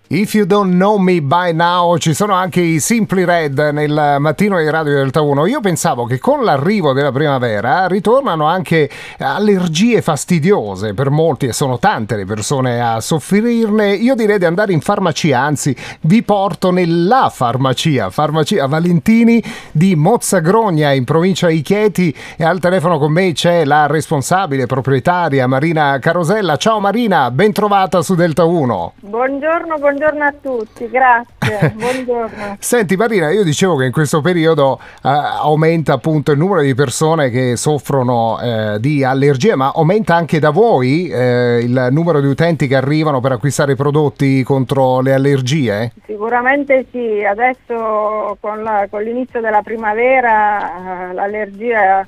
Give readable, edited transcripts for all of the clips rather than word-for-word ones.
If You Don't Know Me By Now, ci sono anche i Simply Red nel mattino di Radio Delta 1. Io pensavo che con l'arrivo della primavera ritornano anche allergie fastidiose per molti, e sono tante le persone a soffrirne. Io direi di andare in farmacia, anzi vi porto nella farmacia Valentini di Mozzagrogna in provincia di Chieti, e al telefono con me c'è la responsabile proprietaria Marina Carosella. Ciao Marina, ben trovata su Delta 1. Buongiorno a tutti, grazie, buongiorno. Senti Marina, io dicevo che in questo periodo aumenta appunto il numero di persone che soffrono di allergie, ma aumenta anche da voi il numero di utenti che arrivano per acquistare prodotti contro le allergie? Sicuramente sì, adesso con l'inizio della primavera l'allergia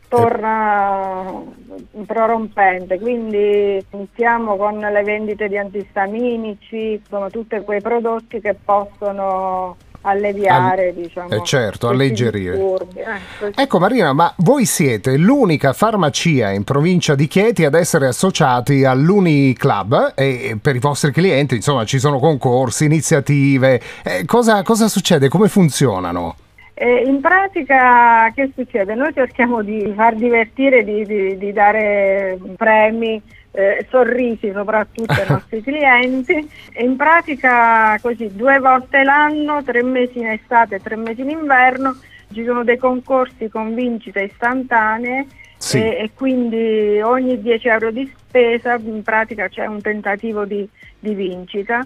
torna prorompente, quindi iniziamo con le vendite di antistaminici, sono tutti quei prodotti che possono alleviare, certo, alleggerire. Disturbi. Ecco Marina, ma voi siete l'unica farmacia in provincia di Chieti ad essere associati all'Uni Club, e per i vostri clienti insomma ci sono concorsi, iniziative, cosa succede, come funzionano? In pratica che succede? Noi cerchiamo di far divertire, di dare premi, sorrisi soprattutto ai nostri clienti, e in pratica così 2 volte l'anno, 3 mesi in estate e 3 mesi in inverno, ci sono dei concorsi con vincite istantanee. Sì. E quindi ogni 10 euro di spesa in pratica c'è un tentativo di vincita.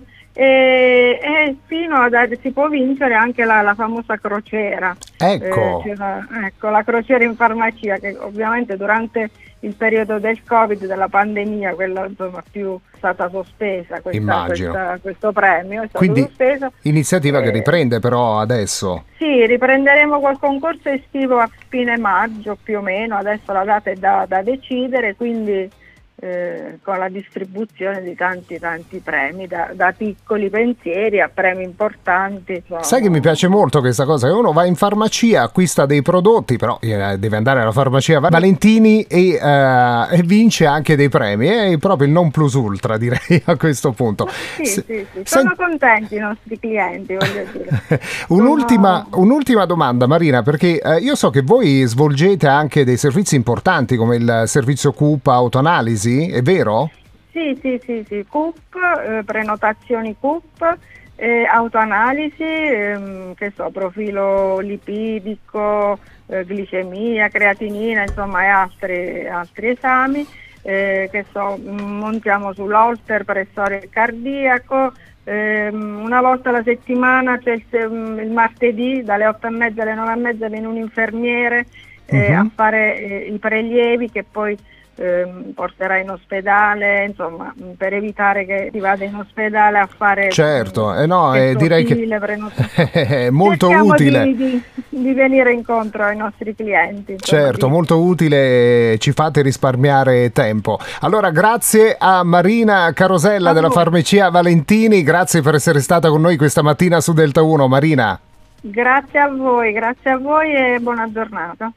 E fino si può vincere anche la famosa crociera. Ecco. La crociera in farmacia, che ovviamente durante il periodo del Covid, della pandemia, quella insomma più stata sospesa, questo premio è stato quindi sospeso. Iniziativa che riprende però adesso. Sì, riprenderemo col concorso estivo a fine maggio più o meno, adesso la data è da decidere, quindi con la distribuzione di tanti premi, da piccoli pensieri a premi importanti. Insomma. Sai che mi piace molto questa cosa, che uno va in farmacia, acquista dei prodotti, però deve andare alla farmacia Valentini e vince anche dei premi, è proprio il non plus ultra, direi, a questo punto. Sì. Sono contenti i nostri clienti, voglio dire. Un'ultima domanda Marina, perché io so che voi svolgete anche dei servizi importanti come il servizio CUP autoanalisi, è vero? Sì, CUP, prenotazioni CUP, autoanalisi, profilo lipidico, glicemia, creatinina, insomma, e altri esami, montiamo sull'holter pressore cardiaco. Una volta alla settimana c'è il martedì dalle 8:30 alle 9:30 viene un infermiere a fare i prelievi che poi porterà in ospedale, insomma, per evitare che si vada in ospedale a fare. Certo, direi che è molto utile di venire incontro ai nostri clienti. Certo, molto utile, ci fate risparmiare tempo. Allora, grazie a Marina Carosella della farmacia Valentini, grazie per essere stata con noi questa mattina su Delta 1, Marina. Grazie a voi e buona giornata.